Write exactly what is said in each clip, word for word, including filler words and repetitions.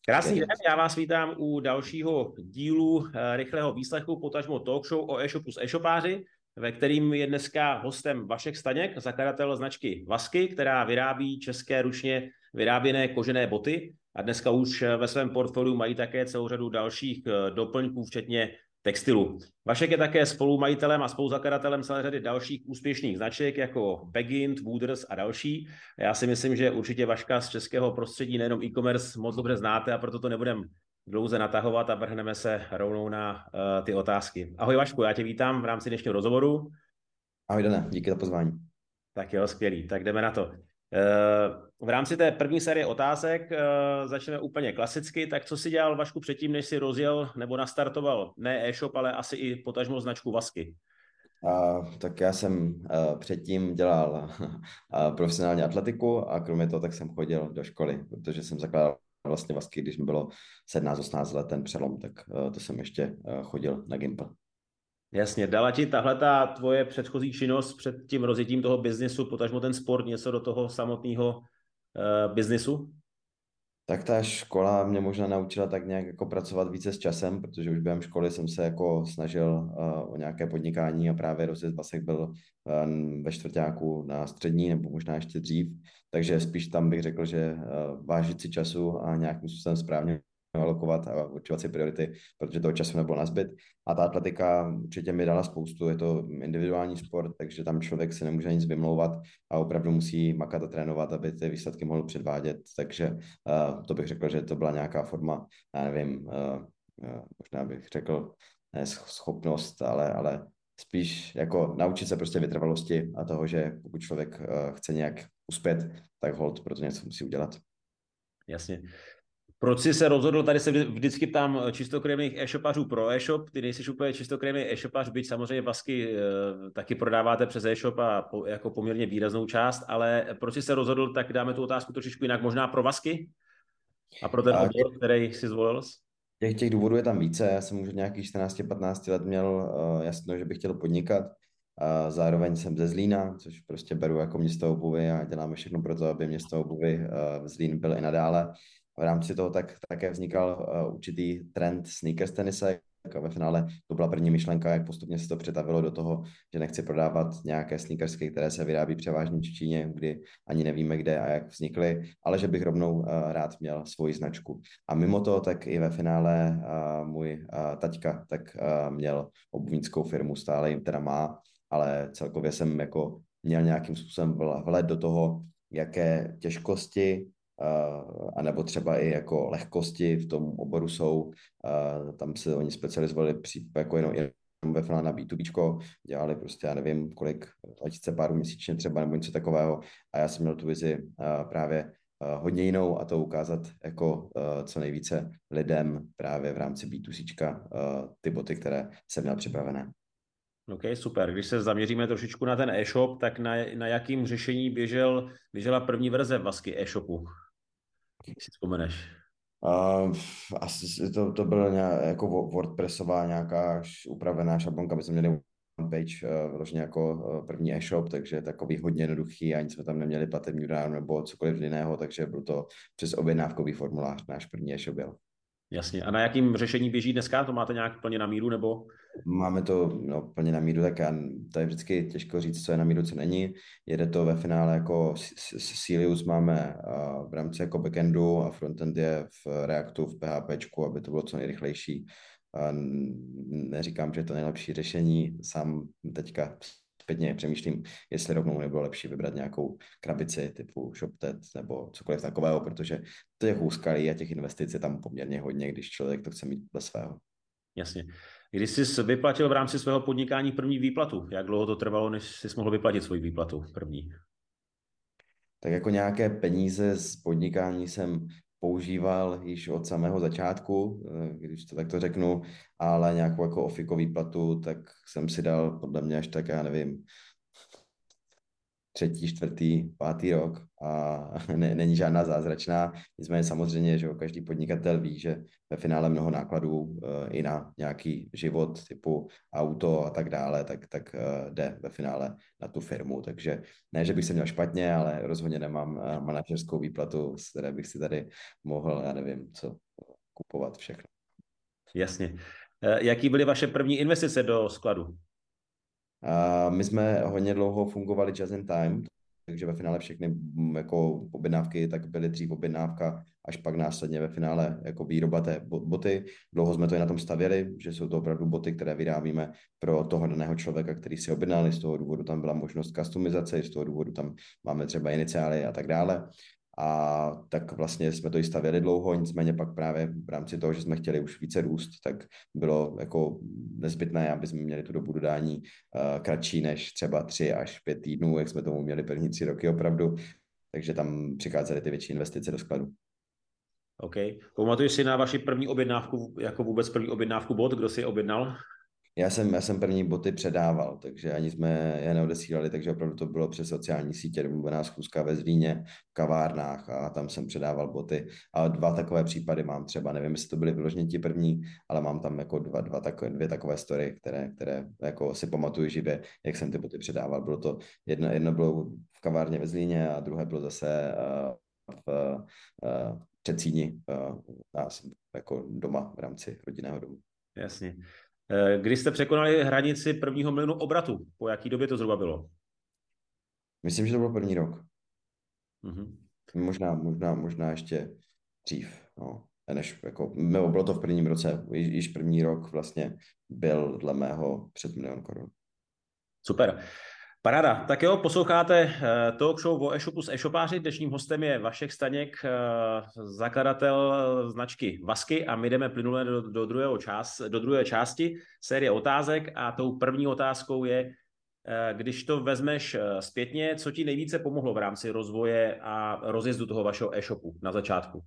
Krásný den, já vás vítám u dalšího dílu eh, rychlého výslechu, potažmo talk show o e-shopu s e-shopáři, ve kterým je dneska hostem Vašek Staněk, zakladatel značky Vasky, která vyrábí české ručně vyráběné kožené boty a dneska už ve svém portfoliu mají také celou řadu dalších eh, doplňků, včetně textilu. Vašek je také spolumajitelem a spoluzakladatelem celé řady dalších úspěšných značek, jako Begint, Wooders a další. Já si myslím, že určitě Vaška z českého prostředí, nejenom e-commerce, moc dobře znáte a proto to nebudeme dlouze natahovat a vrhneme se rovnou na uh, ty otázky. Ahoj Vašku, já tě vítám v rámci dnešního rozhovoru. Ahoj Dane, díky za pozvání. Tak jo, skvělý, tak jdeme na to. V rámci té první série otázek začneme úplně klasicky. Tak co si dělal, Vašku, předtím, než si rozjel nebo nastartoval ne e-shop, ale asi i potažmo značku Vasky? Uh, tak já jsem uh, předtím dělal uh, profesionální atletiku a kromě toho tak jsem chodil do školy, protože jsem zakládal vlastně Vasky, když mi bylo sedmnáct osmnáct let ten přelom, tak uh, to jsem ještě uh, chodil na Gimpl. Jasně, dala ti tahle ta tvoje předchozí činnost před tím rozjetím toho biznisu, potažmo ten sport, něco do toho samotného uh, biznisu? Tak ta škola mě možná naučila tak nějak jako pracovat více s časem, protože už během školy jsem se jako snažil uh, o nějaké podnikání a právě rozjezd Vasek byl uh, ve čtvrťáku na střední nebo možná ještě dřív, takže spíš tam bych řekl, že uh, vážit si času a nějakým způsobem správně alokovat a určovat si priority, protože toho času nebylo nazbyt. A ta atletika určitě mi dala spoustu, je to individuální sport, takže tam člověk si nemůže nic vymlouvat a opravdu musí makat a trénovat, aby ty výsledky mohl předvádět. Takže uh, to bych řekl, že to byla nějaká forma, já nevím, uh, uh, možná bych řekl ne schopnost, ale, ale spíš jako naučit se prostě vytrvalosti a toho, že pokud člověk uh, chce nějak uspět, tak hold proto něco musí udělat. Jasně. Proč jsi se rozhodl, tady se vždycky ptám čistokrevných e-shopařů pro e-shop, ty nejsi úplně čistokrevný e-shopař, byť samozřejmě Vasky e, taky prodáváte přes e-shop a po, jako poměrně výraznou část, ale proč jsi se rozhodl, tak dáme tu otázku trošičku jinak, možná pro Vasky a pro ten A obor, který jsi zvolil? Těch, těch důvodů je tam více. Já jsem už od nějakých čtrnáct patnáct let měl uh, jasno, že bych chtěl podnikat. Uh, zároveň jsem ze Zlína, což prostě beru jako město obuvy a děláme všechno pro to, aby město obuvy uh, v Zlín byl i nadále. V rámci toho tak také vznikal uh, určitý trend sneakers tenisek a ve finále to byla první myšlenka, jak postupně se to přetavilo do toho, že nechci prodávat nějaké sneakersky, které se vyrábí převážně v Číně, kdy ani nevíme kde a jak vznikly, ale že bych rovnou uh, rád měl svoji značku. A mimo to, tak i ve finále uh, můj uh, taťka tak uh, měl obuvnickou firmu, stále jim teda má, ale celkově jsem jako měl nějakým způsobem vhled do toho, jaké těžkosti Uh, anebo třeba i jako lehkosti v tom oboru jsou. Uh, tam se oni specializovali při, jako jenom, jenom ve finále na bé dvě bé, dělali prostě, já nevím, kolik, dva tisíce párů měsíčně třeba, nebo něco takového. A já jsem měl tu vizi uh, právě uh, hodně jinou a to ukázat jako uh, co nejvíce lidem právě v rámci bé dvě bé uh, ty boty, které jsem měl připravené. OK, super. Když se zaměříme trošičku na ten e-shop, tak na, na jakým řešení běžel, běžela první verze Vasky e-shopu? Si vzpomeneš. Uh, asi to, to byla nějak, jako WordPressová nějaká upravená šablonka, my jsme měli one page uh, vlastně jako uh, první e-shop, takže takový hodně jednoduchý, ani jsme tam neměli platební bránu nebo cokoliv jiného, takže byl to přes objednávkový formulář, náš první e-shop byl. Jasně. A na jakým řešení běží dneska? To máte nějak plně na míru, nebo? Máme to no, plně na míru, tak já, to je vždycky těžko říct, co je na míru, co není. Jede to ve finále jako Silius máme v rámci jako backendu a frontend je v Reactu, v PHPčku, aby to bylo co nejrychlejší. A neříkám, že je to nejlepší řešení, sám teďka zpětně přemýšlím, jestli rovnou nebylo lepší vybrat nějakou krabici typu ShopTet nebo cokoliv takového, protože těch úskalí a těch investic je tam poměrně hodně, když člověk to chce mít bez svého. Jasně. Když jsi vyplatil v rámci svého podnikání první výplatu, jak dlouho to trvalo, než jsi mohl vyplatit svoji výplatu první? Tak jako nějaké peníze z podnikání jsem používal již od samého začátku, když to takto řeknu, ale nějakou jako ofikovou výplatu, tak jsem si dal podle mě až tak, já nevím, třetí, čtvrtý, pátý rok a ne, není žádná zázračná. Nicméně samozřejmě, že každý podnikatel ví, že ve finále mnoho nákladů uh, i na nějaký život typu auto a tak dále, tak, tak uh, jde ve finále na tu firmu. Takže ne, že bych se měl špatně, ale rozhodně nemám uh, manažerskou výplatu, z které bych si tady mohl, já nevím, co kupovat všechno. Jasně. Eh, Jaký byly vaše první investice do skladu? A my jsme hodně dlouho fungovali just in time, takže ve finále všechny mm, jako objednávky tak byly dřív objednávka, až pak následně ve finále jako výroba té bo- boty. Dlouho jsme to i na tom stavěli, že jsou to opravdu boty, které vyrábíme pro toho daného člověka, který si objednal. Z toho důvodu tam byla možnost customizace, z toho důvodu tam máme třeba iniciály a tak dále. A tak vlastně jsme to i stavěli dlouho, nicméně pak právě v rámci toho, že jsme chtěli už více růst, tak bylo jako nezbytné, aby jsme měli tu dobu dodání uh, kratší než třeba tři až pět týdnů, jak jsme tomu měli první tři roky opravdu. Takže tam přicházely ty větší investice do skladu. OK. Pamatuješ si na vaši první objednávku, jako vůbec první objednávku bot, kdo si je objednal? Já jsem, já jsem první boty předával, takže ani jsme je neodesílali, takže opravdu to bylo přes sociální sítě, domluvená schůzka ve Zlíně, v kavárnách a tam jsem předával boty. A dva takové případy mám třeba, nevím, jestli to byly vyloženě ti první, ale mám tam jako dva, dva takové, dvě takové story, které, které jako si pamatuju živě, jak jsem ty boty předával. Bylo to, jedno, jedno bylo v kavárně ve Zlíně a druhé bylo zase uh, v uh, Předsíni. Uh, já jsem jako doma v rámci rodinného domu. Jasně. Kdy jste překonali hranici prvního milionu obratu? Po jaký době to zhruba bylo? Myslím, že to byl první rok. Mm-hmm. Možná, možná, možná ještě dřív, no. Než jako, nebo bylo to v prvním roce, již, již první rok vlastně byl dle mého před milion korun. Super. Paráda. Tak jo, posloucháte talk show o e-shopu s e-shopáři. Dnešním hostem je Vašek Staněk, zakladatel značky Vasky a my jdeme plynule do, do, druhého čas, do druhé části série otázek a tou první otázkou je, když to vezmeš zpětně, co ti nejvíce pomohlo v rámci rozvoje a rozjezdu toho vašeho e-shopu na začátku?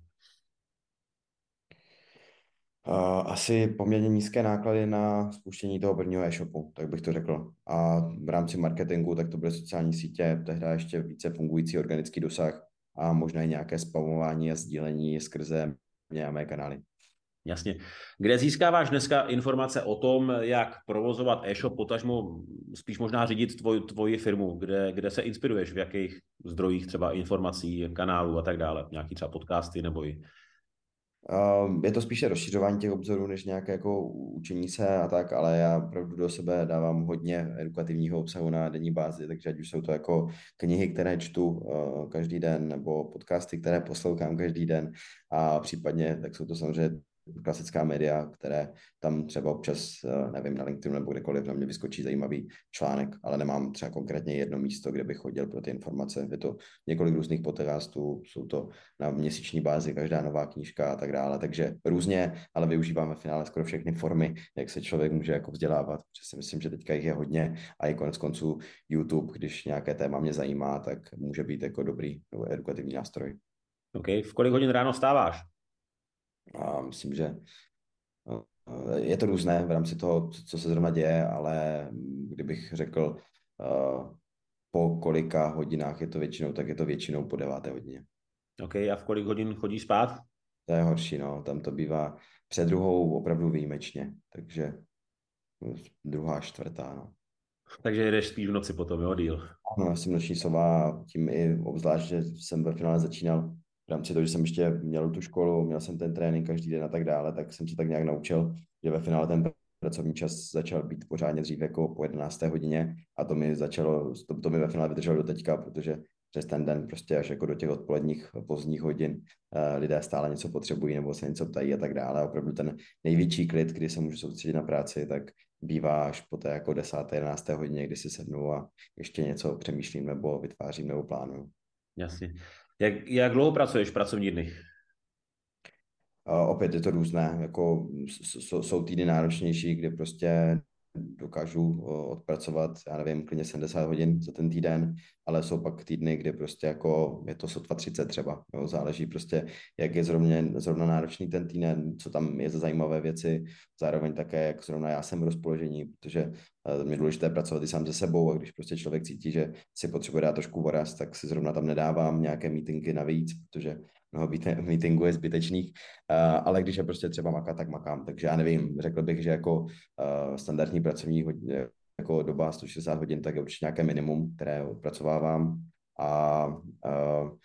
Uh, asi poměrně nízké náklady na spuštění toho prvního e-shopu, tak bych to řekl. A v rámci marketingu, tak to byly sociální sítě, tehdy ještě více fungující organický dosah a možná i nějaké spamování a sdílení skrze mě a mé kanály. Jasně. Kde získáváš dneska informace o tom, jak provozovat e-shop, potažmo spíš možná řídit tvoj, tvoji firmu? Kde, kde se inspiruješ, v jakých zdrojích třeba informací, kanálů a tak dále? Nějaký třeba podcasty nebo i... Je to spíše rozšiřování těch obzorů, než nějaké jako učení se a tak, ale já opravdu do sebe dávám hodně edukativního obsahu na denní bázi, takže ať už jsou to jako knihy, které čtu každý den, nebo podcasty, které poslouchám každý den a případně, tak jsou to samozřejmě klasická média, které tam třeba občas, nevím, na LinkedInu nebo kdekoliv na mě vyskočí zajímavý článek, ale nemám třeba konkrétně jedno místo, kde bych chodil pro ty informace. Je to několik různých podcastů, jsou to na měsíční bázi, každá nová knížka a tak dále, takže různě, ale využívám ve finále skoro všechny formy, jak se člověk může jako vzdělávat, protože si myslím, že teďka jich je hodně a i konec konců YouTube, když nějaké téma mě zajímá, tak může být jako dobrý edukativní nástroj. OK. V kolik hodin ráno vstáváš? A myslím, že je to různé v rámci toho, co se zrovna děje, ale kdybych řekl, po kolika hodinách je to většinou, tak je to většinou po deváté hodině. OK. A v kolik hodin chodíš spát? To je horší, no. Tam to bývá před druhou opravdu výjimečně, takže druhá, čtvrtá, no. Takže jedeš spíš v noci potom, jo, díl. No, já jsem noční sova, tím i obzvlášť, že jsem ve finále začínal v rámci toho, že jsem ještě měl tu školu, měl jsem ten trénink každý den a tak dále, tak jsem se tak nějak naučil, že ve finále ten pracovní čas začal být pořádně dřív jako po jedenácté hodině a to mi začalo, to, to mi ve finále vydrželo do teďka, protože přes ten den prostě až jako do těch odpoledních pozdních hodin uh, lidé stále něco potřebují nebo se něco ptají a tak dále. A opravdu ten největší klid, kdy se můžu soustředit na práci, tak bývá až po té jako desáté, jedenácté hodině, kdy si sednu a ještě něco přemýšlím nebo vytvářím nebo plánuju. Jasně. Jak, jak dlouho pracuješ v pracovní dny? Uh, opět je to různé, jako jsou týdny náročnější, kde prostě dokážu odpracovat, já nevím, klidně sedmdesát hodin za ten týden, ale jsou pak týdny, kdy prostě jako je to sotva třicet třeba, jo, záleží prostě, jak je zrovna, zrovna náročný ten týden, co tam je za zajímavé věci, zároveň také, jak zrovna já jsem v rozpoložení, protože mě důležité pracovat i sám se sebou a když prostě člověk cítí, že si potřebuje dát trošku voraz, tak si zrovna tam nedávám nějaké meetingy navíc, protože mnoho meetingů je zbytečných, ale když je prostě třeba makat, tak makám. Takže já nevím, řekl bych, že jako standardní pracovní hodin, jako doba sto šedesát hodin, tak je určitě nějaké minimum, které odpracovávám a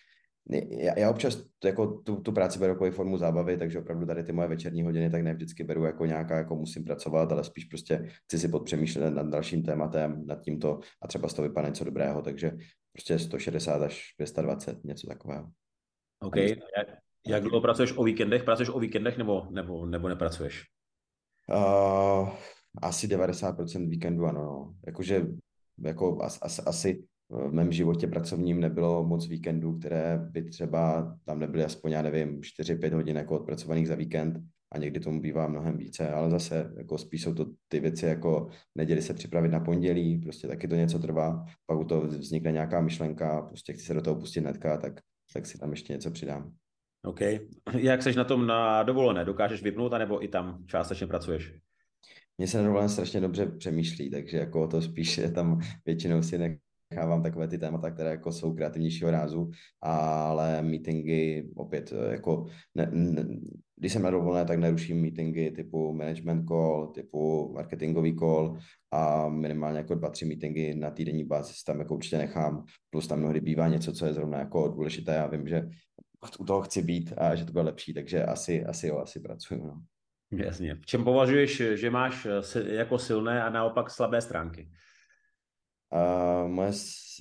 Já, já občas jako tu, tu práci beru jako formu zábavy, takže opravdu tady ty moje večerní hodiny tak ne vždycky beru jako nějaká, jako musím pracovat, ale spíš prostě chci si podpřemýšlet nad dalším tématem, nad tímto a třeba z toho vypadne něco dobrého, takže prostě sto šedesát až dvě stě dvacet, něco takového. OK. Ani Jak, jak dlouho pracuješ o víkendech? Pracuješ o víkendech nebo, nebo, nebo nepracuješ? Uh, asi devadesát procent víkendu, ano. No. Jakože jako as, as, asi v mém životě pracovním nebylo moc víkendů, které by třeba tam nebyly aspoň, já nevím, čtyři pět hodin jako odpracovaných za víkend a někdy tomu bývá mnohem více, ale zase jako spíš jsou to ty věci jako neděli se připravit na pondělí, prostě taky to něco trvá, pak u toho vznikne nějaká myšlenka, prostě chci se do toho pustit hnedka, tak, tak si tam ještě něco přidám. OK. Jak seš na tom na dovolené? Dokážeš vypnout, anebo i tam částečně pracuješ? Mně se na dovolené strašně dobře přemýšlí, takže jako to spíš je tam většinou si nechávám takové ty témata, které jako jsou kreativnějšího rázu, ale meetingy opět jako, ne, ne, když jsem na dovolené, tak neruším meetingy typu management call, typu marketingový call a minimálně jako dva, tři meetingy na týdenní bázi tam jako určitě nechám, plus tam mnohdy bývá něco, co je zrovna jako důležité, já vím, že u toho chci být a že to bude lepší, takže asi, asi jo, asi pracuju, no. Jasně. V čem považuješ, že máš jako silné a naopak slabé stránky? Uh, moje,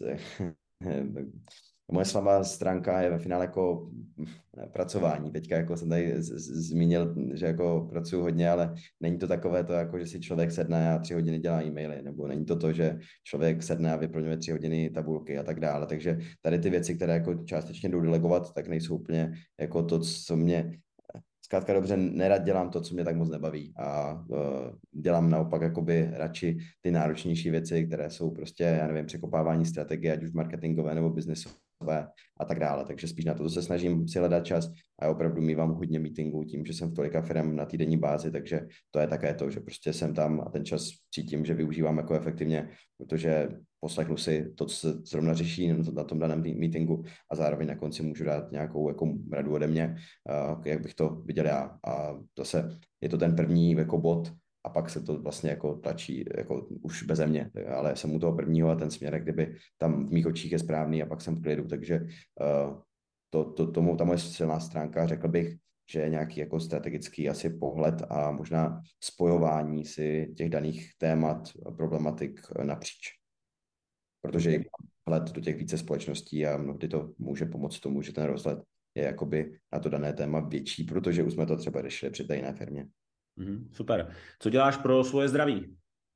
moje slabá stránka je ve finále jako pracování. Teďka jako jsem tady z, z, zmínil, že jako pracuji hodně, ale není to takové to, jako že si člověk sedne a tři hodiny dělá e-maily, nebo není to to, že člověk sedne a vyplňuje tři hodiny tabulky a tak dále. Takže tady ty věci, které jako částečně jdou delegovat, tak nejsou úplně jako to, co mě zkrátka dobře, nerad dělám to, co mě tak moc nebaví a uh, dělám naopak jakoby radši ty náročnější věci, které jsou prostě, já nevím, překopávání strategie, ať už marketingové nebo biznesové a tak dále. Takže spíš na to se snažím si hledat čas a já opravdu mívám hodně meetingů tím, že jsem v tolika firm na týdenní bázi, takže to je také to, že prostě jsem tam a ten čas cítím, že využívám jako efektivně, protože poslechnu si to, co se zrovna řeší na tom daném meetingu a zároveň na konci můžu dát nějakou jako radu ode mě, jak bych to viděl já. A zase je to ten první jako bod a pak se to vlastně jako tlačí jako už beze mě, ale jsem u toho prvního a ten směr, kdyby tam v mých očích je správný a pak jsem v klidu, takže to, to, tomu ta moje silná stránka, řekl bych, že je nějaký jako strategický asi pohled a možná spojování si těch daných témat, problematik napříč. Protože je vhled do těch více společností a mnohdy to může pomoct tomu, že ten rozhled je jakoby na to dané téma větší, protože už jsme to třeba řešili při té jiné firmě. Mm, super. Co děláš pro svoje zdraví?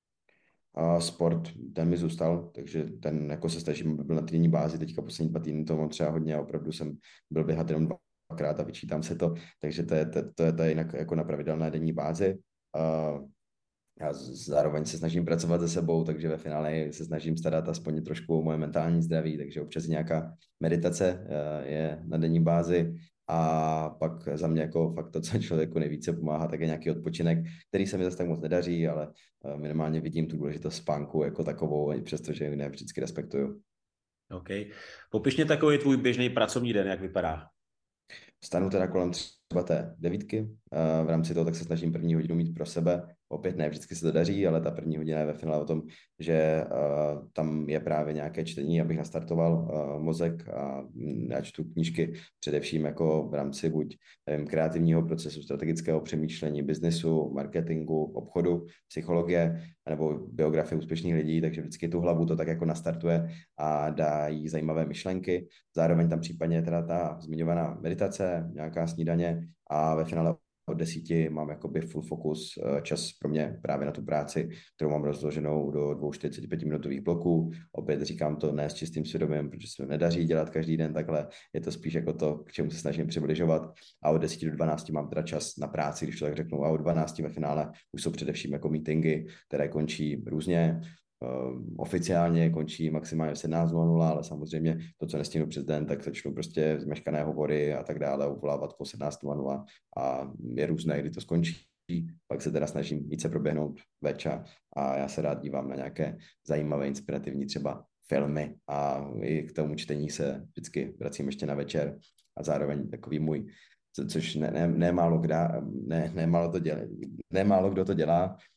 A sport, ten mi zůstal, takže ten jako se snažím, aby byl na týdenní bázi, teďka poslední dva týdny to mám třeba hodně a opravdu jsem byl běhat jenom dvakrát a vyčítám se to, takže to je, to, to je, to je jinak jako na pravidelné denní bázi. A já zároveň se snažím pracovat se sebou, takže ve finále se snažím starat aspoň trošku o moje mentální zdraví, takže občas nějaká meditace je na denní bázi a pak za mě jako fakt to, co člověku nejvíce pomáhá, tak je nějaký odpočinek, který se mi zase tak moc nedaří, ale minimálně vidím tu důležitost spánku jako takovou, přestože ji ne vždycky respektuju. OK. Popiš mě takový tvůj běžný pracovní den, jak vypadá. Stanu teda kolem třeba té devítky. V rámci toho tak se snažím první hodinu mít pro sebe. Opět ne vždycky se to daří, ale ta první hodina je ve finále o tom, že uh, tam je právě nějaké čtení, abych nastartoval uh, mozek a já čtu knížky především jako v rámci buď nevím, kreativního procesu, strategického přemýšlení, biznesu, marketingu, obchodu, psychologie nebo biografie úspěšných lidí, takže vždycky tu hlavu to tak jako nastartuje a dá jí zajímavé myšlenky. Zároveň tam případně teda ta zmiňovaná meditace, nějaká snídaně a ve finále od desíti mám jakoby full focus čas pro mě právě na tu práci, kterou mám rozloženou do dvou čtyřicet pět minutových bloků. Opět říkám to ne s čistým svědomím, protože se to nedaří dělat každý den takhle. Je to spíš jako to, k čemu se snažím přibližovat. A od deseti do dvanácti mám teda čas na práci, když to tak řeknu. A od dvanácti ve finále už jsou především jako meetingy, které končí různě. Uh, oficiálně končí maximálně v sedmnáct nula, ale samozřejmě to, co nestihnu přes den, tak začnu prostě zmeškané hovory a tak dále uvolávat po sedmnáct nula a je různé, kdy to skončí. Pak se teda snažím více proběhnout večer a já se rád dívám na nějaké zajímavé, inspirativní třeba filmy a i k tomu čtení se vždycky vracím ještě na večer a zároveň takový můj, co, což ne, ne, ne, málo, kdo, ne, ne, málo to dělá, ne málo kdo to dělá,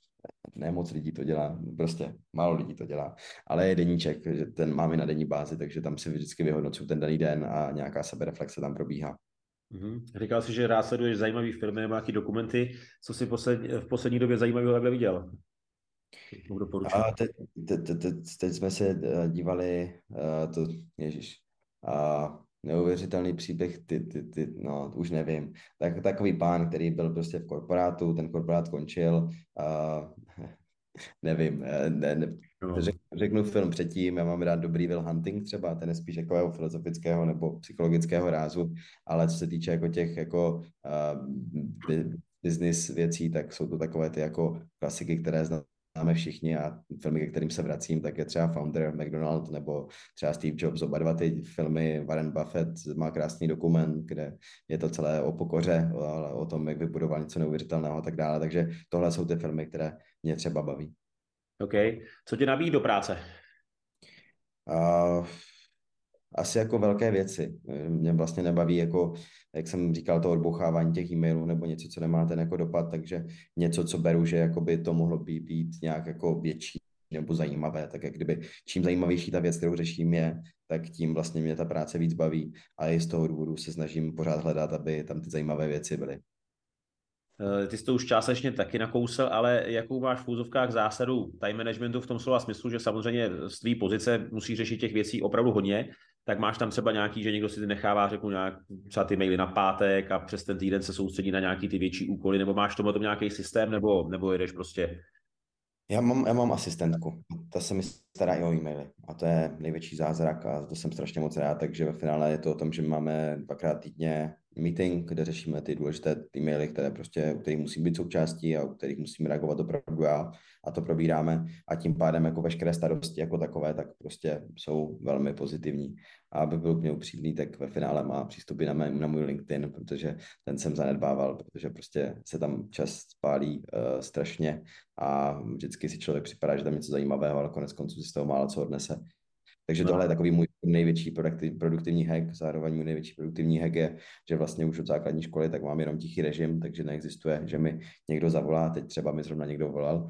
Ne moc lidí to dělá, prostě málo lidí to dělá, ale je deníček, že ten máme na denní bázi, takže tam si vždycky vyhodnocuju ten daný den a nějaká sebereflexe tam probíhá. Mm-hmm. Říkal jsi, že rád sleduješ zajímavý filmy nebo nějaký dokumenty. Co jsi posled, v poslední době zajímavého takhle viděl? A teď, teď, teď, teď jsme se eh, dívali, uh, to, ježiš, uh, neuvěřitelný příběh, ty, ty, ty, no, už nevím. Tak, takový pán, který byl prostě v korporátu, ten korporát končil, uh, nevím, eh, ne, ne, No. řek, řeknu film předtím, já mám rád dobrý Will Hunting třeba, ten je spíš takového filozofického nebo psychologického rázu, ale co se týče jako těch jako uh, business věcí, tak jsou to takové ty jako klasiky, které známe všichni a filmy, ke kterým se vracím, tak je třeba Founder, McDonald nebo třeba Steve Jobs, oba dva ty filmy. Warren Buffett má krásný dokument, kde je to celé o pokoře, ale o tom, jak vybudoval něco neuvěřitelného a tak dále, takže tohle jsou ty filmy, které mě třeba baví. OK. Co tě nabíjí do práce? Uh, asi jako velké věci. Mě vlastně nebaví, jako, jak jsem říkal, to odbouchávání těch e-mailů nebo něco, co nemá ten jako dopad, takže něco, co beru, že jakoby to mohlo být, být nějak jako větší nebo zajímavé, tak jak kdyby čím zajímavější ta věc, kterou řeším je, tak tím vlastně mě ta práce víc baví a i z toho důvodu se snažím pořád hledat, aby tam ty zajímavé věci byly. Ty jsi to už částečně taky nakousl, ale jakou máš v úzovkách zásadu time managementu v tom slova smyslu, že samozřejmě z tvý pozice musí řešit těch věcí opravdu hodně, tak máš tam třeba nějaký, že někdo si ty nechává, řeknu, nějak třeba ty maily na pátek a přes ten týden se soustředí na nějaký ty větší úkoly, nebo máš tomu nějaký systém, nebo, nebo jedeš prostě. Já mám, já mám asistentku, ta se mi stará i o e-maily a to je největší zázrak a to jsem strašně moc rád, takže ve finále je to o tom, že máme dvakrát týdně meeting, kde řešíme ty důležité e-maily, které prostě, u kterých musí být součástí a u kterých musíme reagovat opravdu já a to probíráme a tím pádem jako veškeré starosti jako takové, tak prostě jsou velmi pozitivní. A aby byl úplně upřímný, tak ve finále má přístupy na, mé, na můj LinkedIn, protože ten jsem zanedbával, protože prostě se tam čas spálí uh, strašně a vždycky si člověk připadá, že tam něco zajímavého, ale konec konců si z toho málo co odnese. Takže tohle je takový můj největší produktiv, produktivní hack, zároveň můj největší produktivní hack je, že vlastně už od základní školy tak mám jenom tichý režim, takže neexistuje, že mi někdo zavolá, teď třeba mi zrovna někdo volal,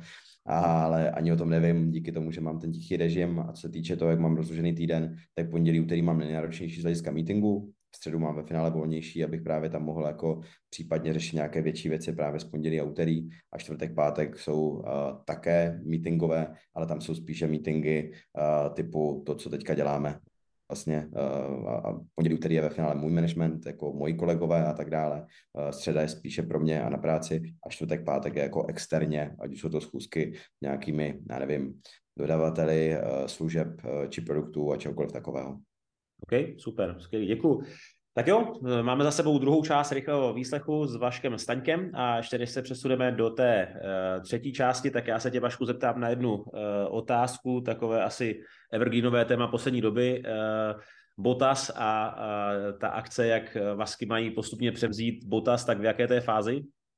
ale ani o tom nevím, díky tomu, že mám ten tichý režim a co se týče toho, jak mám rozložený týden, tak pondělí, úterý mám nejnáročnější z hlediska meetingu, v středu mám ve finále volnější, abych právě tam mohl jako případně řešit nějaké větší věci právě z pondělí a úterý a čtvrtek, pátek jsou uh, také meetingové, ale tam jsou spíše meetingy uh, typu to, co teďka děláme. Vlastně uh, a pondělí, úterý je ve finále můj management, jako moji kolegové a tak dále. Uh, středa je spíše pro mě a na práci a čtvrtek, pátek je jako externě, ať už jsou to schůzky nějakými, já nevím, dodavateli uh, služeb uh, či produktů a čehokoliv takového. OK, super, skvělý, děkuju. Tak jo, máme za sebou druhou část rychlého výslechu s Vaškem Staňkem a ještě než se přesuneme do té uh, třetí části, tak já se tě, Vašku, zeptám na jednu uh, otázku, takové asi evergreenové téma poslední doby. Uh, Bottas a uh, ta akce, jak Vasky mají postupně převzít Bottas, tak v jaké té fázi?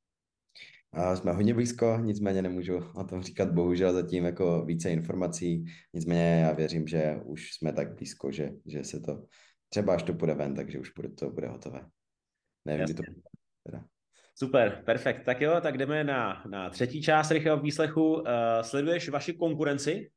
A jsme hodně blízko, nicméně nemůžu o tom říkat bohužel zatím jako více informací, nicméně já věřím, že už jsme tak blízko, že, že se to třeba až to půjde ven, takže už bude, to bude hotové. Nevím, kdy to bude. Teda. Super, perfekt. Tak jo, tak jdeme na, na třetí část rychlého výslechu. Uh, sleduješ vaši konkurenci?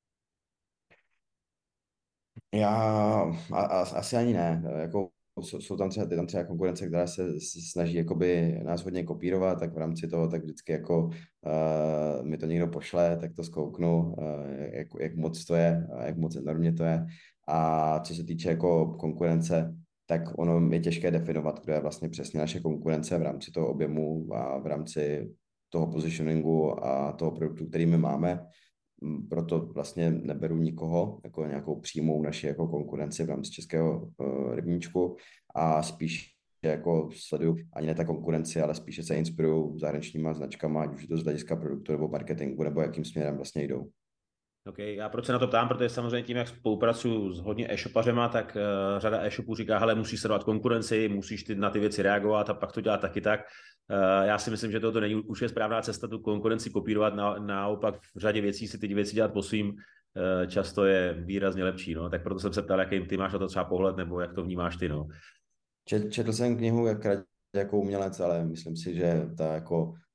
Já a, a, asi ani ne. Jako, jsou, jsou tam třeba, tam třeba konkurence, která se, se snaží jakoby nás hodně kopírovat, tak v rámci toho tak vždycky jako uh, mi to někdo pošle, tak to zkouknu, uh, jak, jak moc to je, a jak moc enormně to je. A co se týče jako konkurence, tak ono je těžké definovat, kdo je vlastně přesně naše konkurence v rámci toho objemu a v rámci toho positioningu a toho produktu, který my máme. Proto vlastně neberu nikoho jako nějakou přímou naši jako konkurenci v rámci českého uh, rybníčku a spíš jako sleduju ani ne ta konkurenci, ale spíše se inspiruju zahraničníma značkama, ať už je to z hlediska produktu nebo marketingu, nebo jakým směrem vlastně jdou. OK, já proč se na to ptám, protože samozřejmě tím, jak spolupracuju s hodně e-shopařema, tak uh, řada e-shopů říká, hele, musíš sledovat konkurenci, musíš ty na ty věci reagovat a pak to dělat taky tak. Uh, já si myslím, že toto není už je správná cesta tu konkurenci kopírovat, na, naopak v řadě věcí si ty věci dělat po svým, uh, často je výrazně lepší, no. Tak proto jsem se ptal, jaký ty máš na to třeba pohled, nebo jak to vnímáš ty, no. Čet, četl jsem knihu jak radit jako umělec, ale myslím si, že ta jako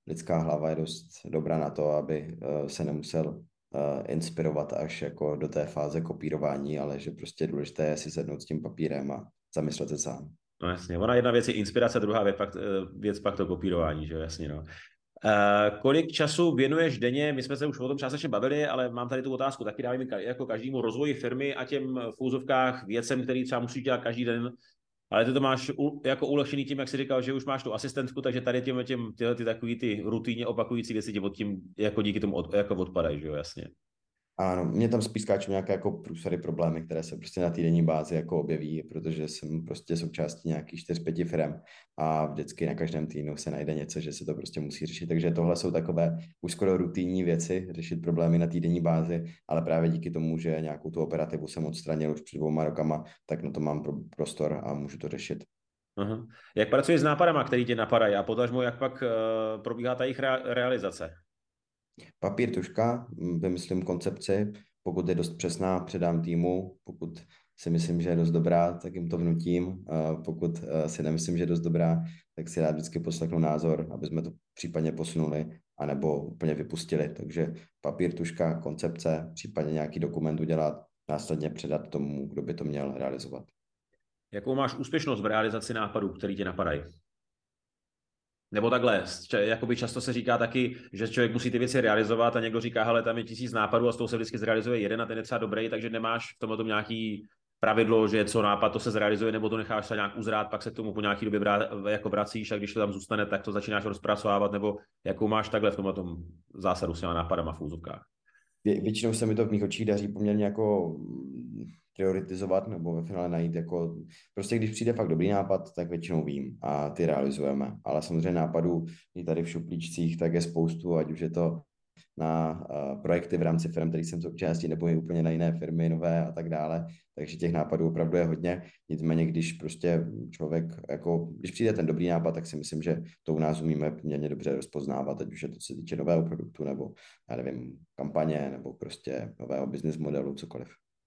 lidská hlava je dost dobrá na to, aby uh, se nemusel uh, inspirovat až jako do té fáze kopírování, ale že prostě důležité je si sednout s tím papírem a zamyslet se sám. No jasně, ona jedna věc je inspirace, druhá věc pak, věc pak to kopírování, že jo, jasně, no. Uh, kolik času věnuješ denně? My jsme se už o tom částečně bavili, ale mám tady tu otázku. Taky dáváme jako každému rozvoji firmy a těm v úzovkách věcem, který třeba musíš dělat každý den. Ale ty to máš u, jako ulehčený tím, jak jsi říkal, že už máš tu asistentku, takže tady těm, těm tyhle ty takový ty rutině opakující věci tě od tím jako díky tomu od, jako odpadají, že jo, jasně. Ano, mě tam spíš skáčou nějaké jako průsady, problémy, které se prostě na týdenní bázi jako objeví, protože jsem prostě součástí nějakých čtyř, pěti firem a vždycky na každém týdnu se najde něco, že se to prostě musí řešit. Takže tohle jsou takové už skoro rutinní věci, řešit problémy na týdenní bázi, ale právě díky tomu, že nějakou tu operativu jsem odstranil už před dvouma rokama, tak na to mám pro, prostor a můžu to řešit. Aha. Jak pracuješ s nápadama, který tě napadají a potažmo, jak pak uh, probíhá ta jejich rea- realizace? Papír, tužka, vymyslím koncepci, pokud je dost přesná, předám týmu, pokud si myslím, že je dost dobrá, tak jim to vnutím, pokud si nemyslím, že je dost dobrá, tak si rád vždycky poslechnu názor, aby jsme to případně posunuli, anebo úplně vypustili. Takže papír, tužka, koncepce, případně nějaký dokument udělat, následně předat tomu, kdo by to měl realizovat. Jakou máš úspěšnost v realizaci nápadů, který tě napadají? Nebo takhle, jakoby často se říká taky, že člověk musí ty věci realizovat a někdo říká, hele, tam je tisíc nápadů a z toho se vždycky zrealizuje jeden a ten je třeba dobrý, takže nemáš v tomhle tom nějaký pravidlo, že co nápad, to se zrealizuje, nebo to necháš se nějak uzrát, pak se k tomu po nějaký době brát, jako vracíš a když to tam zůstane, tak to začínáš rozpracovávat, nebo jakou máš takhle v tomhle tom zásadu s těma nápadama v úzovkách? Vě, většinou se mi to v mých očích daří poměrně jako prioritizovat nebo ve finále najít jako, prostě když přijde fakt dobrý nápad, tak většinou vím a ty realizujeme, ale samozřejmě nápadů i tady v šuplíčcích tak je spoustu, ať už je to na uh, projekty v rámci firm, kterých jsem součástí, nebo i úplně na jiné firmy, nové a tak dále. Takže těch nápadů opravdu je hodně. Nicméně, když prostě člověk, jako, když přijde ten dobrý nápad, tak si myslím, že to u nás umíme poměrně dobře rozpoznávat, ať už je to, co se týče nového produktu, nebo, já nevím, kampaně, nebo prostě nového business modelu, cokoliv.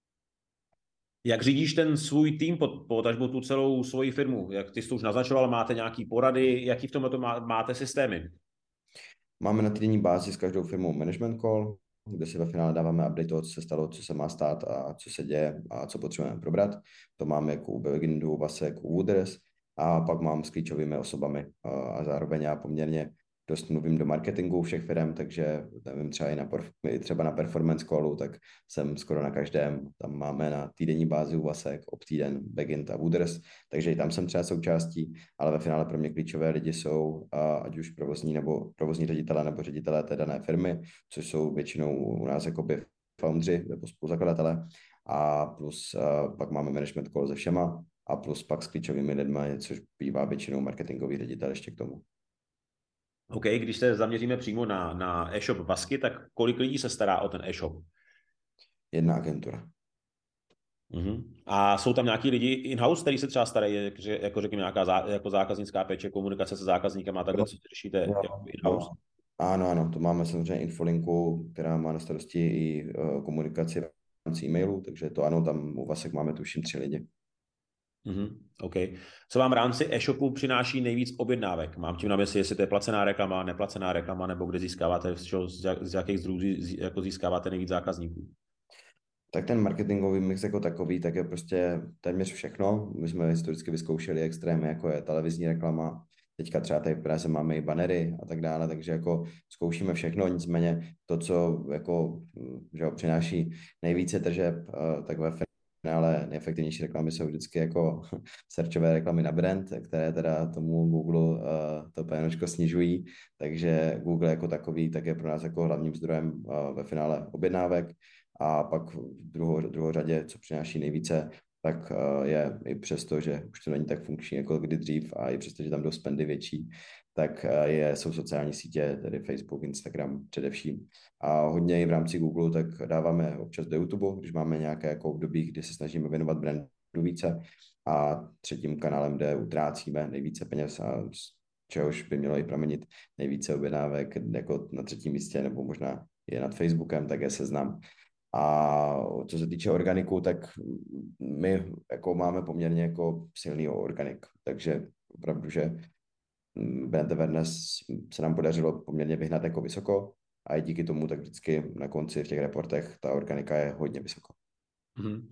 Jak řídíš ten svůj tým, potažmo tu celou svoji firmu? Jak ty jsi to už naznačoval, máte nějaký porady, jaký v tomhle má, máte systémy? Máme na týdenní bázi s každou firmou management call, kde si ve finále dáváme update toho, co se stalo, co se má stát a co se děje a co potřebujeme probrat. To máme jako u Begindu, Vasek, u Wooders a pak mám s klíčovými osobami a zároveň já poměrně dost mluvím do marketingu všech firm, takže nevím, třeba i na, třeba na performance callu, tak jsem skoro na každém. Tam máme na týdenní bázi u Vasek, Optiden, Begint a Wooders, takže i tam jsem třeba součástí, ale ve finále pro mě klíčové lidi jsou ať už provozní nebo provozní ředitelé nebo ředitelé té dané firmy, což jsou většinou u nás jakoby foundři nebo spoluzakladatelé a plus uh, pak máme management call se všema a plus pak s klíčovými lidmi, což bývá většinou marketingový ředitel ještě k tomu. OK, když se zaměříme přímo na, na e-shop Vasky, tak kolik lidí se stará o ten e-shop? Jedna agentura. Uh-huh. A jsou tam nějaký lidi in-house, který se třeba starají, jako řekněme nějaká zá, jako zákaznická péče, komunikace se zákazníkama a takhle, co řešíte no, jako in-house? No. Ano, ano, to máme samozřejmě infolinku, která má na starosti i uh, komunikaci v rámci e-mailu, takže to ano, tam u Vasek máme tuším tři lidi. Mm-hmm. OK. Co vám v rámci e-shopu přináší nejvíc objednávek? Mám tím na mysli, jestli to je placená reklama, neplacená reklama, nebo kde získáváte, z jakých zdrojů jako získáváte nejvíc zákazníků? Tak ten marketingový mix jako takový, tak je prostě téměř všechno. My jsme historicky vyzkoušeli extrémy, jako je televizní reklama, teďka třeba tady v Praze máme i banery a tak dále, takže jako zkoušíme všechno, nicméně to, co jako, že přináší nejvíce tržeb, tak ve finále nejefektivnější reklamy jsou vždycky jako searchové reklamy na brand, které teda tomu Google uh, to pénočko snižují, takže Google jako takový tak je pro nás jako hlavním zdrojem uh, ve finále objednávek a pak v druhou, druhou řadě, co přináší nejvíce, tak uh, je i přesto, že už to není tak funkční jako kdy dřív a i přesto, že tam jdou spendy větší, tak uh, je, jsou sociální sítě, tedy Facebook, Instagram především. A hodně i v rámci Google tak dáváme občas do YouTube, když máme nějaké jako období, kdy se snažíme věnovat brandu více. A třetím kanálem, kde utrácíme nejvíce peněz a z čehož by mělo i pramenit nejvíce objednávek jako na třetím místě, nebo možná je nad Facebookem, tak je Seznam. A co se týče organiku, tak my jako máme poměrně jako silný organik, takže opravdu, že Brand awareness se nám podařilo poměrně vyhnat jako vysoko a i díky tomu tak vždycky na konci v těch reportech ta organika je hodně vysoko. Mm-hmm.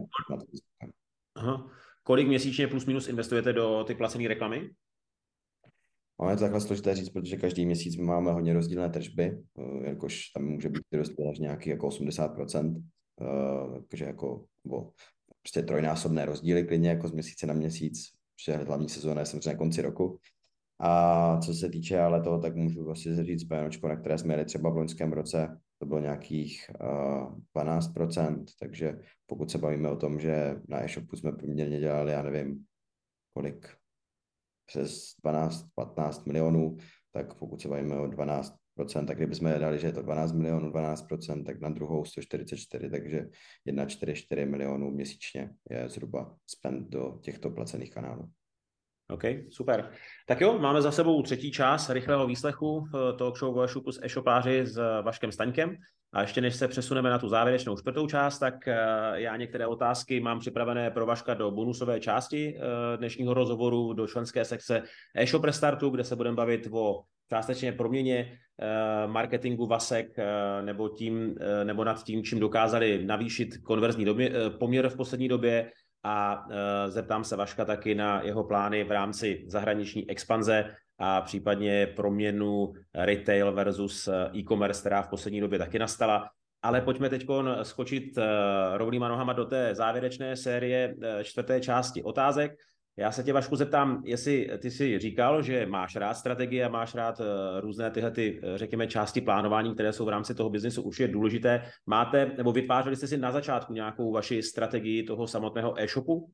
Aha. Kolik měsíčně plus minus investujete do ty placené reklamy? Máme to takhle složité říct, protože každý měsíc my máme hodně rozdílné tržby, jakož tam může být rozdíl až nějaký jako osmdesát procent, takže jako, nebo prostě trojnásobné rozdíly klidně jako z měsíce na měsíc, protože hlavní sezóna je samozřejmě na konci roku. A co se týče ale toho, tak můžu vlastně říct PNOčko, na které jsme jeli třeba v loňském roce, to bylo nějakých uh, dvanáct procent, takže pokud se bavíme o tom, že na e-shopu jsme poměrně dělali, já nevím, kolik, přes dvanáct patnáct milionů, tak pokud se bavíme o dvanáct procent, tak kdybychom dali, že je to dvanáct milionů, dvanáct procent, tak na druhou sto čtyřicet čtyři, takže jedna celá čtyřicet čtyři milionů měsíčně je zhruba spend do těchto placených kanálů. OK, super. Tak jo, máme za sebou třetí část rychlého výslechu talk show o e-shopu s e-shopáři s Vaškem Staňkem. A ještě než se přesuneme na tu závěrečnou čtvrtou část, tak já některé otázky mám připravené pro Vaška do bonusové části dnešního rozhovoru, do členské sekce e-shop restartu, kde se budeme bavit o částečně proměně marketingu Vasek nebo, tím, nebo nad tím, čím dokázali navýšit konverzní době, poměr v poslední době. A uh, zeptám se Vaška taky na jeho plány v rámci zahraniční expanze a případně proměnu retail versus e-commerce, která v poslední době taky nastala. Ale pojďme teď skočit uh, rovnýma nohama do té závěrečné série uh, čtvrté části otázek. Já se tě, Vašku, zeptám, jestli ty jsi říkal, že máš rád strategie a máš rád uh, různé tyhle, ty, řekněme, části plánování, které jsou v rámci toho biznesu určitě důležité. Máte, nebo vytvářeli jste si na začátku nějakou vaši strategii toho samotného e-shopu?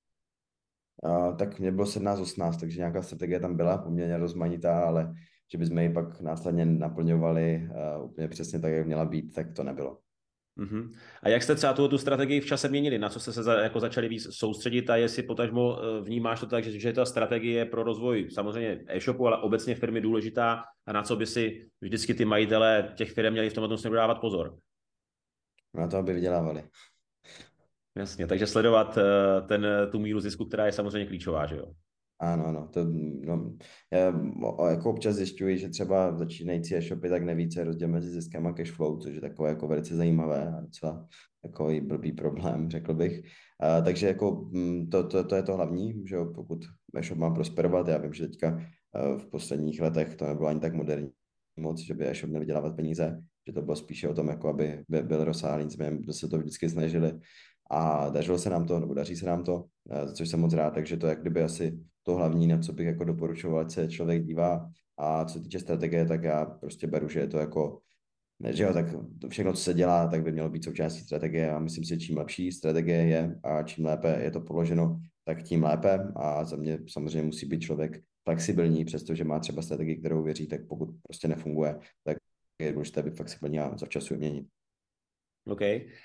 Uh, tak mě bylo sedmnáct osmnáct, takže nějaká strategie tam byla poměrně rozmanitá, ale že bychom ji pak následně naplňovali uh, úplně přesně tak, jak měla být, tak to nebylo. Uh-huh. A jak jste třeba tu, tu strategii v čase měnili? Na co jste se za, jako začali víc soustředit a jestli potažmo vnímáš to tak, že, že je ta strategie pro rozvoj samozřejmě e-shopu, ale obecně firmy důležitá a na co by si vždycky ty majitelé těch firm měli v tomhle směru dávat pozor? Na to, aby vydělávali. Jasně, takže sledovat ten, tu míru zisku, která je samozřejmě klíčová, že jo? Ano, ano. To, no, já o, jako občas zjišťuji, že třeba začínající e-shopy tak neví, co je rozdíl mezi ziskem a cashflow, což je takové jako velice zajímavé a docela takový blbý problém, řekl bych. A, takže jako to, to, to je to hlavní, že jo, pokud e-shop má prosperovat, já vím, že teďka v posledních letech to nebylo ani tak moderní moc, že by e-shop měl vydělávat peníze, že to bylo spíše o tom, jako aby by byl rozsáhlý, nicméně se to vždycky snažili a dařilo se nám to, nebo daří se nám to, což jsem moc rád, takže to je jak kdyby asi to hlavní, na co bych jako doporučoval, ať se člověk dívá. A co se týče strategie, tak já prostě beru, že je to jako, ne, že jo, tak to všechno, co se dělá, tak by mělo být součástí strategie a myslím si, že čím lepší strategie je a čím lépe je to položeno, tak tím lépe a za mě samozřejmě musí být člověk flexibilní, přestože má třeba strategii, kterou věří, tak pokud prostě nefunguje, tak je důležité být flexibilní a zavčasu měnit. OK.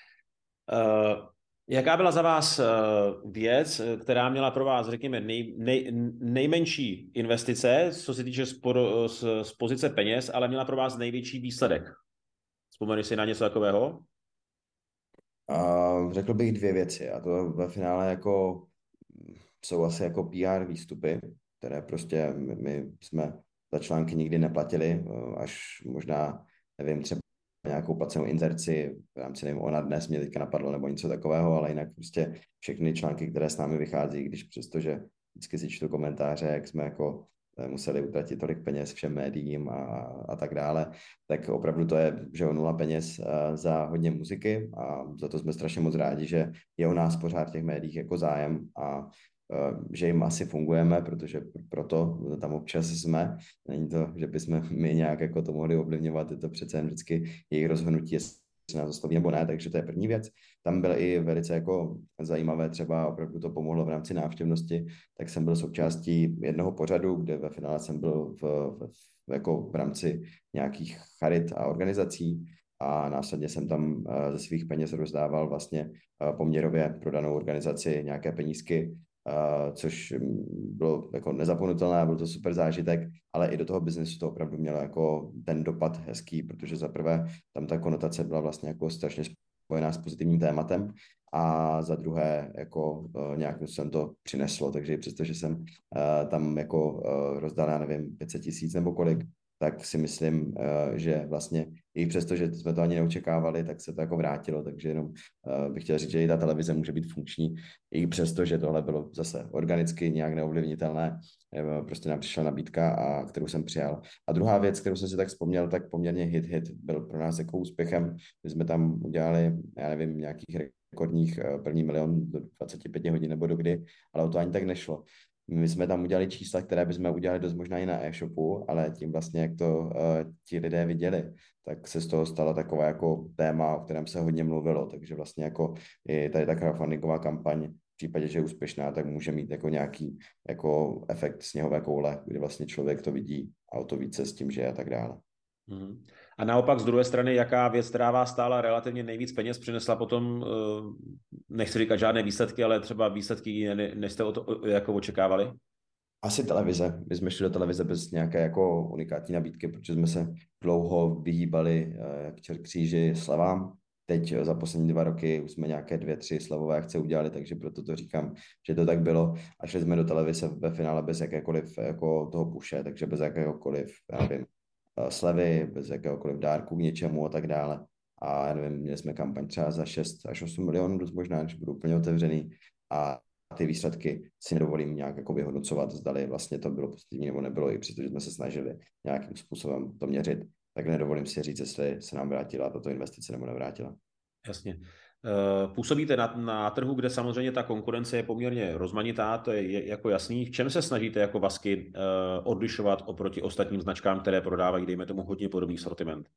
Uh... Jaká byla za vás věc, která měla pro vás, řekněme, nej, nej, nejmenší investice, co se týče spor, z, z pozice peněz, ale měla pro vás největší výsledek? Vzpomeneš si na něco takového? Uh, řekl bych dvě věci a to ve finále jako jsou asi jako P R výstupy, které prostě my, my jsme za články nikdy neplatili, až možná, nevím, třeba nějakou placenou inzerci v rámci, nevím, Ona dnes mě teďka napadlo nebo něco takového, ale jinak prostě všechny články, které s námi vychází, když přestože vždycky si čtu komentáře, jak jsme jako museli utratit tolik peněz všem médiím a, a tak dále, tak opravdu to je, že nula peněz za hodně muziky a za to jsme strašně moc rádi, že je o nás pořád v těch médiích jako zájem a že jim asi fungujeme, protože proto tam občas jsme. Není to, že bychom my nějak jako to mohli ovlivňovat, je to přece jen vždycky jejich rozhodnutí, jestli nás osloví nebo ne, takže to je první věc. Tam byl i velice jako zajímavé, třeba opravdu to pomohlo v rámci návštěvnosti, tak jsem byl součástí jednoho pořadu, kde ve finále jsem byl v, v, jako v rámci nějakých charit a organizací a následně jsem tam ze svých peněz rozdával vlastně poměrově pro danou organizaci nějaké penízky, Uh, což bylo jako nezapomenutelné, byl to super zážitek, ale i do toho biznesu to opravdu mělo jako ten dopad hezký, protože za prvé tam ta konotace byla vlastně jako strašně spojená s pozitivním tématem a za druhé jako uh, nějakým způsobem to přineslo, takže přestože jsem uh, tam jako uh, rozdal, já nevím, pět set tisíc nebo kolik, tak si myslím, uh, že vlastně i přesto, že jsme to ani neočekávali, tak se to jako vrátilo, takže jenom uh, bych chtěl říct, že i ta televize může být funkční, i přesto, že tohle bylo zase organicky nějak neovlivnitelné, prostě nám přišla nabídka, a kterou jsem přijal. A druhá věc, kterou jsem si tak vzpomněl, tak poměrně hit hit byl pro nás jako úspěchem. My jsme tam udělali, já nevím, nějakých rekordních první milion do dvacet pět hodin nebo do kdy, ale o to ani tak nešlo. My jsme tam udělali čísla, které bychom udělali dost možná i na e-shopu, ale tím vlastně, jak to uh, ti lidé viděli, tak se z toho stalo takové jako téma, o kterém se hodně mluvilo. Takže vlastně jako i tady ta crowdfundingová kampaň v případě, že je úspěšná, tak může mít jako nějaký jako efekt sněhové koule, kdy vlastně člověk to vidí a o to více s tím, že je a tak dále. Mm. A naopak z druhé strany, jaká věc, která vás stála relativně nejvíc peněz, přinesla potom, nechci říkat žádné výsledky, ale třeba výsledky, než jste o to jako očekávali? Asi televize. My jsme šli do televize bez nějaké jako unikátní nabídky, protože jsme se dlouho vyhýbali jak čert kříži slevám. Teď za poslední dva roky už jsme nějaké dvě, tři slevové akce udělali, takže proto to říkám, že to tak bylo. A šli jsme do televize ve finále bez jakékoliv jako toho puše, takže bez jakéhokoliv, já nevím, slevy, bez jakéhokoliv dárku k něčemu a tak dále. A já nevím, měli jsme kampaň třeba za šest až osm milionů, dost možná, když budu úplně otevřený. A ty výsledky si nedovolím nějak jako vyhodnocovat, zdali vlastně to bylo pozitivní nebo nebylo, i přestože jsme se snažili nějakým způsobem to měřit, tak nedovolím si říct, jestli se nám vrátila tato investice nebo nevrátila. Jasně. Působíte na, na trhu, kde samozřejmě ta konkurence je poměrně rozmanitá, to je jako jasný. V čem se snažíte jako Vasky odlišovat oproti ostatním značkám, které prodávají, dejme tomu, hodně podobný sortiment?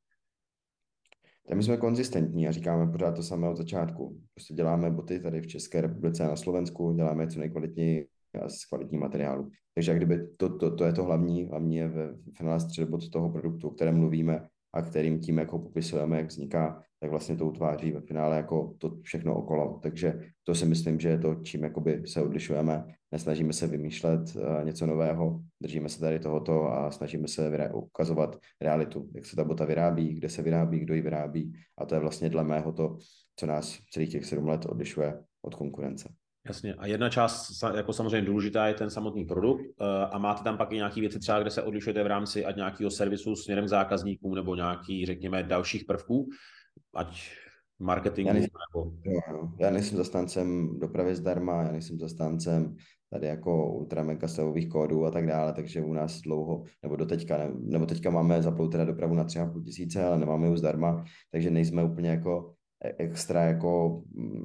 Tak my jsme konzistentní a říkáme pořád to samé od začátku. Prostě děláme boty tady v České republice a na Slovensku, děláme co nejkvalitněji a z kvalitní materiálu. Takže jak kdyby to, to, to je to hlavní, hlavní je ve finále středobod toho produktu, o kterém mluvíme a kterým tím jako popisujeme, jak vzniká, tak vlastně to utváří ve finále jako to všechno okolo. Takže to si myslím, že je to, čím jakoby se odlišujeme. Nesnažíme se vymýšlet uh, něco nového, držíme se tady tohoto a snažíme se vyrá- ukazovat realitu, jak se ta bota vyrábí, kde se vyrábí, kdo ji vyrábí. A to je vlastně dle mého to, co nás celých těch sedm let odlišuje od konkurence. Jasně. A jedna část, jako samozřejmě důležitá, je ten samotný produkt. A máte tam pak i nějaké věci třeba, kde se odlišujete v rámci ať nějakého servisu směrem k zákazníkům nebo nějaký, řekněme, dalších prvků, ať marketingu Já nejsem, nebo... jo, jo. Já nejsem zastáncem dopravy zdarma, já nejsem zastáncem tady jako ultra mega slevových kódů a tak dále, takže u nás dlouho, nebo do teďka, ne, nebo teďka máme zaplou teda dopravu na tři a půl tisíce, ale nemáme ji zdarma, takže nejsme úplně jako extra jako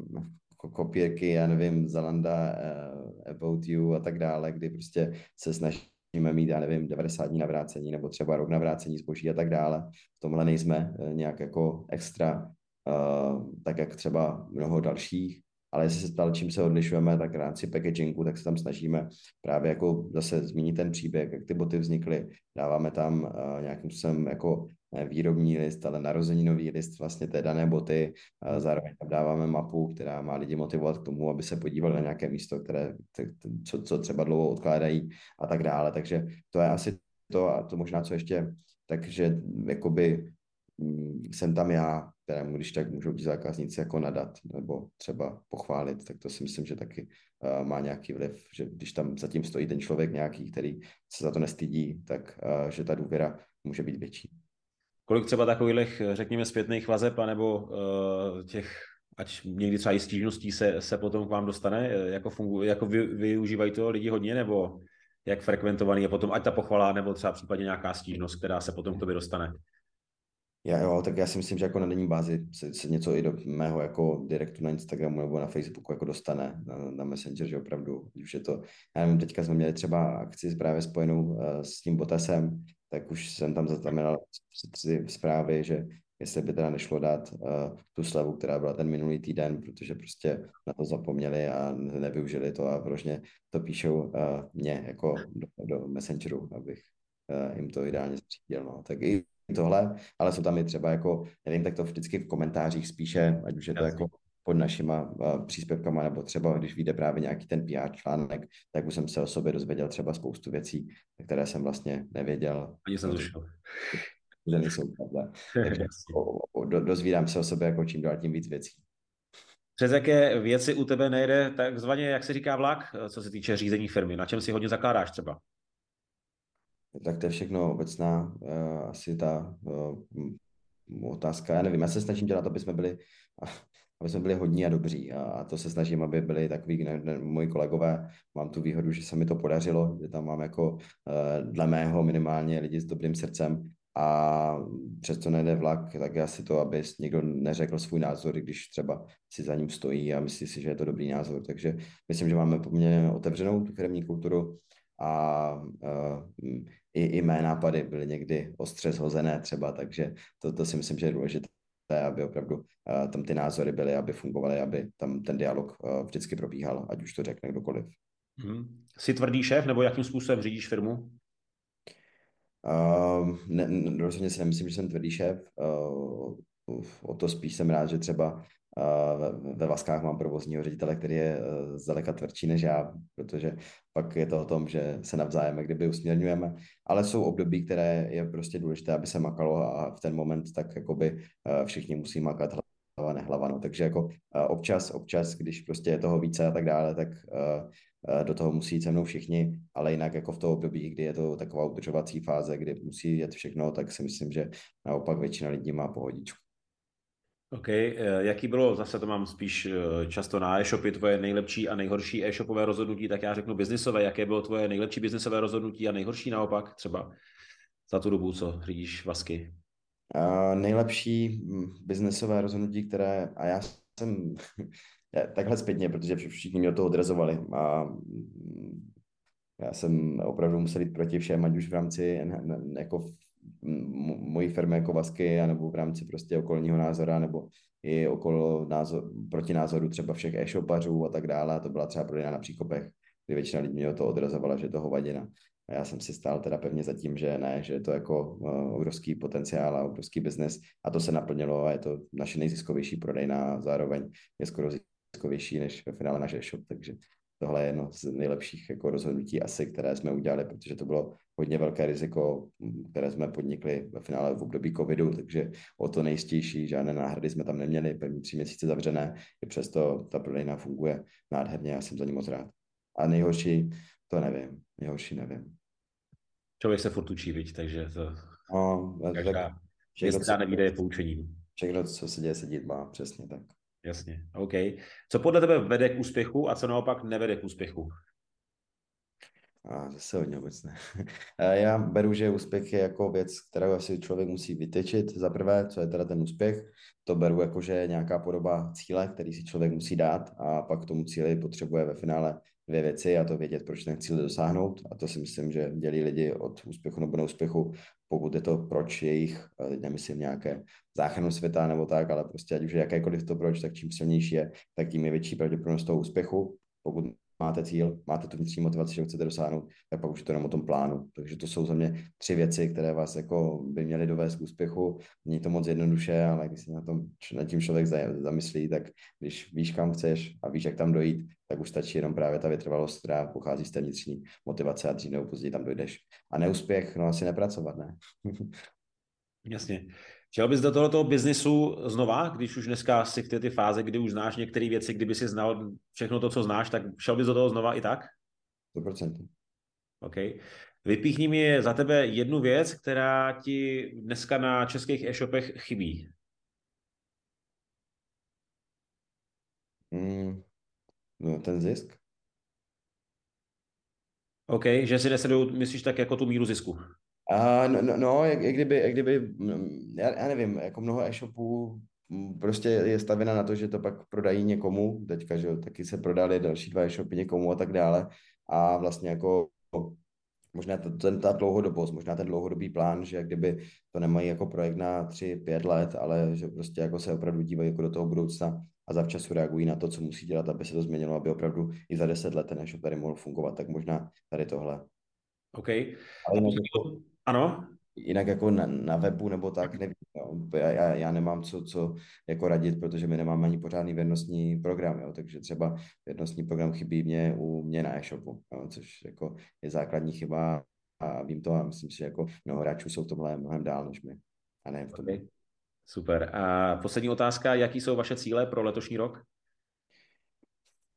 kopírky, já nevím, Zalanda, uh, About You a tak dále, kdy prostě se snažíme mít, já nevím, devadesát dní na vrácení nebo třeba rok na vrácení zboží a tak dále. V tomhle nejsme uh, nějak jako extra, uh, tak jak třeba mnoho dalších, ale jestli se ptal, čím se odlišujeme, tak v rámci packagingu, tak se tam snažíme právě jako zase zmínit ten příběh, jak ty boty vznikly. Dáváme tam uh, nějakým způsobem jako ne výrobní list, ale narozeninový list vlastně té dané boty. Uh, zároveň tam dáváme mapu, která má lidi motivovat k tomu, aby se podívali na nějaké místo, které, co, co třeba dlouho odkládají a tak dále. Takže to je asi to a to možná, co ještě, takže jakoby jsem tam já, kterému když tak můžou ti zákazníci jako nadat nebo třeba pochválit, tak to si myslím, že taky uh, má nějaký vliv, že když tam zatím stojí ten člověk nějaký, který se za to nestydí, tak uh, že ta důvěra může být větší. Kolik třeba takových, řekněme, zpětných vazeb, anebo uh, těch, ať někdy třeba i stížností se, se potom k vám dostane, jako, funguje, jako vy, využívají to lidi hodně, nebo jak frekventovaný je potom, ať ta pochvala, nebo třeba případně nějaká stížnost, která se potom k tobě dostane? Já, jo, tak já si myslím, že jako na denní bázi se, se něco i do mého jako direktu na Instagramu nebo na Facebooku jako dostane na, na Messenger, že opravdu, už je to, já nevím, teďka jsme měli třeba akci právě spojenou uh, s tím Botasem, tak už jsem tam zaznamenal tři zprávy, že jestli by teda nešlo dát uh, tu slevu, která byla ten minulý týden, protože prostě na to zapomněli a nevyužili to a vrožně to píšou uh, mě jako do, do Messengeru, abych uh, jim to ideálně zpříděl. No. Tak i tohle, ale jsou tam i třeba jako, nevím, tak to vždycky v komentářích spíše, ať už je to jako pod našima uh, příspěvkama, nebo třeba když vyjde právě nějaký ten P R článek, tak už jsem se o sobě dozvěděl třeba spoustu věcí, které jsem vlastně nevěděl. Ani jsem došel. Že nejsou pravda. Takže o, o, do, dozvídám se o sobě jako čím dál tím víc věcí. Přes jaké věci u tebe nejde takzvaně, jak se říká, vlak, co se týče řízení firmy? Na čem si hodně zakládáš třeba? Tak to je všechno obecná, uh, asi ta uh, otázka, já nevím, já se snažím dělat, aby jsme byli, aby jsme byli hodní a dobří a, a to se snažím, aby byli takový ne, ne, moji kolegové. Mám tu výhodu, že se mi to podařilo, že tam mám jako uh, dle mého minimálně lidi s dobrým srdcem a přesto nejde vlak, tak asi to, aby někdo neřekl svůj názor, když třeba si za ním stojí a myslí si, že je to dobrý názor. Takže myslím, že máme poměrně otevřenou tu firmní kulturu a uh, i, i mé nápady byly někdy ostře shozené třeba, takže to, to si myslím, že je důležité, aby opravdu uh, tam ty názory byly, aby fungovaly, aby tam ten dialog uh, vždycky probíhal, ať už to řekne kdokoliv. Hmm. Jsi tvrdý šéf, nebo jakým způsobem řídíš firmu? Uh, ne, ne, rozhodně si nemyslím, že jsem tvrdý šéf. Uh, o to spíš jsem rád, že třeba uh, ve, ve Vaskách mám provozního ředitele, který je uh, zdaleka tvrdší než já, protože pak je to o tom, že se navzájem kdyby usměrňujeme, ale jsou období, které je prostě důležité, aby se makalo a v ten moment tak jakoby uh, všichni musí makat hlava nehlava, no. Takže jako uh, občas, občas, když prostě je toho více a tak dále, tak uh, do toho musí jít se mnou všichni, ale jinak jako v tom období, kdy je to taková udržovací fáze, kdy musí jet všechno, tak si myslím, že naopak většina lidí má pohodičku. OK. Jaký bylo, zase to mám spíš často na e-shopy, tvoje nejlepší a nejhorší e-shopové rozhodnutí, tak já řeknu biznisové. Jaké bylo tvoje nejlepší biznisové rozhodnutí a nejhorší naopak třeba za tu dobu, co řídíš Vasky? Uh, nejlepší biznesové rozhodnutí, které, a já jsem takhle zpětně, protože všichni mě od toho odrazovali a já jsem opravdu musel jít proti všem, ať už v rámci jako mojí firmy jako Vasky, anebo v rámci prostě okolního názora, nebo i okolo názor, proti názoru třeba všech e-shopařů a tak dále. A to byla třeba prodejna na Příkopech, kdy většina lidí mě o to odrazovala, že je to hovadina. A já jsem si stál teda pevně za tím, že ne, že je to jako uh, obrovský potenciál a obrovský biznes a to se naplnilo a je to naše nejziskovější prodejna a zároveň je skoro ziskovější než ve finále náš e-shop, takže tohle je jedno z nejlepších jako rozhodnutí asi, které jsme udělali, protože to bylo hodně velké riziko, které jsme podnikli ve finále v období covidu, takže o to nejistější, žádné náhrady jsme tam neměli, první tři měsíce zavřené, i přesto ta prodejna funguje nádherně, já jsem za ní moc rád. A nejhorší, to nevím, nejhorší nevím. Člověk se furt učí, viď? Takže to No, každá tak věc, všechno, která co, nevíde, je poučením. všechno, co se děje, se dít má, přesně tak. Jasně, OK. Co podle tebe vede k úspěchu a co naopak nevede k úspěchu? A zase hodně obecné. Já beru, že úspěch je jako věc, kterou asi člověk musí vytyčit. Za prvé, co je teda ten úspěch, to beru jako, že je nějaká podoba cíle, který si člověk musí dát a pak k tomu cíli potřebuje ve finále dvě věci a to vědět, proč ten cíl dosáhnout. A to si myslím, že dělí lidi od úspěchu nebo neúspěchu, pokud je to proč jejich, teď nemyslím nějaké záchranu světa nebo tak, ale prostě ať už je jakékoliv to proč, tak čím silnější je, tak tím je větší pravděpodobnost toho úspěchu. Pokud máte cíl, máte tu vnitřní motivaci, že ho chcete dosáhnout, tak pak už je to jenom o tom plánu. Takže to jsou za mě tři věci, které vás jako by měly dovést k úspěchu. Není to moc jednoduše, ale když se na tom, nad tím člověk zamyslí, tak když víš, kam chceš a víš, jak tam dojít, tak už stačí jenom právě ta vytrvalost, která pochází z té vnitřní motivace a dřív nebo později tam dojdeš. A neúspěch, no asi nepracovat, ne? Jasně. Chtěl bys do tohoto biznisu znova, když už dneska jsi v té ty fáze, kdy už znáš některé věci, kdyby si znal všechno to, co znáš, tak šel bys do toho znova i tak? sto procent. OK. Vypíchni mi za tebe jednu věc, která ti dneska na českých e-shopech chybí. Mm, no, ten zisk? OK, že si nesleduju, myslíš tak jako tu míru zisku. A no, no, no jak, jak kdyby, jak kdyby mm, já, já nevím, jako mnoho e-shopů mm, prostě je stavěna na to, že to pak prodají někomu, teďka, že jo, taky se prodali další dva e-shopy někomu a tak dále a vlastně jako možná to, ten, ta dlouhodobost, možná ten dlouhodobý plán, že jak kdyby to nemají jako projekt na tři, pět let, ale že prostě jako se opravdu dívají jako do toho budoucna a zavčasu reagují na to, co musí dělat, aby se to změnilo, aby opravdu i za deset let ten e-shop tady mohl fungovat, tak možná tady tohle. OK. Ale A jinak poslední, jako, ano? jinak jako na, na webu nebo tak, nevím, jo. Já, já, já nemám co, co jako radit, protože my nemáme ani pořádný věrnostní program, jo. Takže třeba věrnostní program chybí mě u mě na e-shopu, jo, což jako je základní chyba a vím to a myslím si, že jako mnoho hráčů jsou v tomhle mnohem dál než my a nejen v tom. Okay. Super. A poslední otázka, jaký jsou vaše cíle pro letošní rok?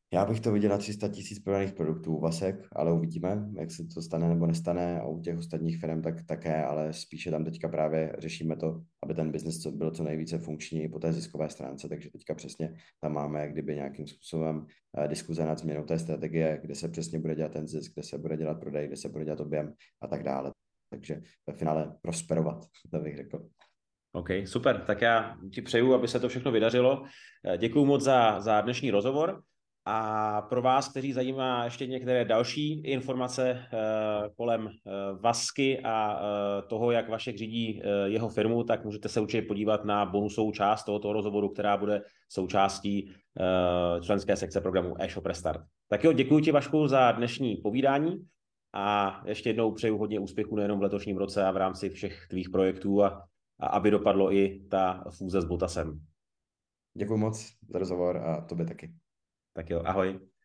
Já bych to viděl na tři sta tisíc prodaných produktů Vasek, ale uvidíme, jak se to stane nebo nestane. A u těch ostatních firm tak také, ale spíše tam teďka právě řešíme to, aby ten biznis byl co nejvíce funkční po té ziskové stránce. Takže teďka přesně tam máme jak kdyby nějakým způsobem uh, diskuze nad změnou té strategie, kde se přesně bude dělat ten zisk, kde se bude dělat prodej, kde se bude dělat objem a tak dále. Takže ve finále prosperovat, to bych řekl. OK, super. Tak já ti přeju, aby se to všechno vydařilo. Děkuju moc za, za dnešní rozhovor. A pro vás, kteří zajímá ještě některé další informace uh, kolem uh, Vasky a uh, toho, jak Vašek řídí uh, jeho firmu, tak můžete se určitě podívat na bonusovou část tohoto rozhovoru, která bude součástí uh, členské sekce programu e-shop Restart. Tak jo, děkuji ti, Vašku, za dnešní povídání a ještě jednou přeju hodně úspěchů nejenom v letošním roce a v rámci všech tvých projektů a, a aby dopadlo i ta fúze s Botasem. Děkuji moc za rozhovor a tobě taky. Tak jo, ahoj.